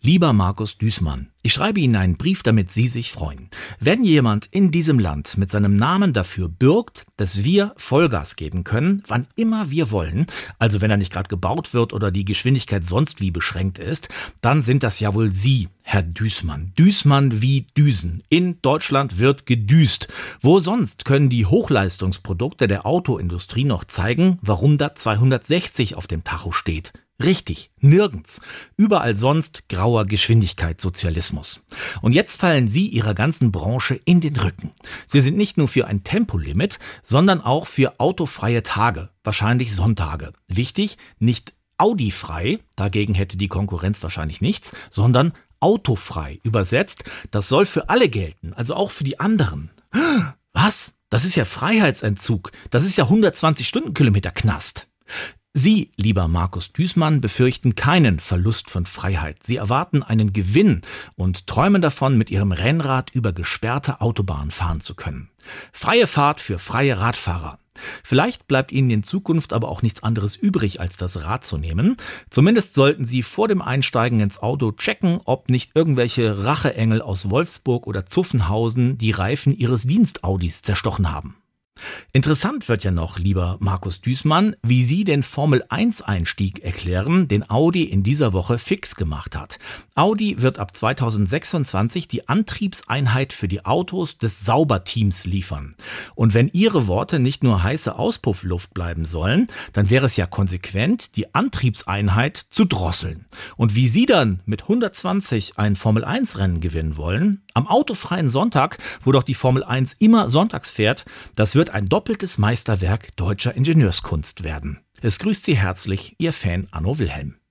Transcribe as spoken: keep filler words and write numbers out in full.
Lieber Markus Düßmann, ich schreibe Ihnen einen Brief, damit Sie sich freuen. Wenn jemand in diesem Land mit seinem Namen dafür bürgt, dass wir Vollgas geben können, wann immer wir wollen, also wenn er nicht gerade gebaut wird oder die Geschwindigkeit sonst wie beschränkt ist, dann sind das ja wohl Sie, Herr Düßmann. Düßmann wie Düsen. In Deutschland wird gedüst. Wo sonst können die Hochleistungsprodukte der Autoindustrie noch zeigen, warum da zweihundertsechzig auf dem Tacho steht? Richtig, nirgends. Überall sonst grauer Geschwindigkeitssozialismus. Und jetzt fallen Sie Ihrer ganzen Branche in den Rücken. Sie sind nicht nur für ein Tempolimit, sondern auch für autofreie Tage, wahrscheinlich Sonntage. Wichtig, nicht audifrei, dagegen hätte die Konkurrenz wahrscheinlich nichts, sondern autofrei. Übersetzt, das soll für alle gelten, also auch für die anderen. Was? Das ist ja Freiheitsentzug. Das ist ja hundertzwanzig Stundenkilometer Knast. Sie, lieber Markus Düßmann, befürchten keinen Verlust von Freiheit. Sie erwarten einen Gewinn und träumen davon, mit Ihrem Rennrad über gesperrte Autobahnen fahren zu können. Freie Fahrt für freie Radfahrer. Vielleicht bleibt Ihnen in Zukunft aber auch nichts anderes übrig, als das Rad zu nehmen. Zumindest sollten Sie vor dem Einsteigen ins Auto checken, ob nicht irgendwelche Racheengel aus Wolfsburg oder Zuffenhausen die Reifen Ihres Dienstaudis zerstochen haben. Interessant wird ja noch, lieber Markus Düßmann, wie Sie den Formel eins Einstieg erklären, den Audi in dieser Woche fix gemacht hat. Audi wird ab zweitausendsechsundzwanzig die Antriebseinheit für die Autos des Sauberteams liefern. Und wenn Ihre Worte nicht nur heiße Auspuffluft bleiben sollen, dann wäre es ja konsequent, die Antriebseinheit zu drosseln. Und wie Sie dann mit hundertzwanzig ein Formel eins Rennen gewinnen wollen, am autofreien Sonntag, wo doch die Formel eins immer sonntags fährt, das wird ein doppeltes Meisterwerk deutscher Ingenieurskunst werden. Es grüßt Sie herzlich, Ihr Fan Anno Wilhelm.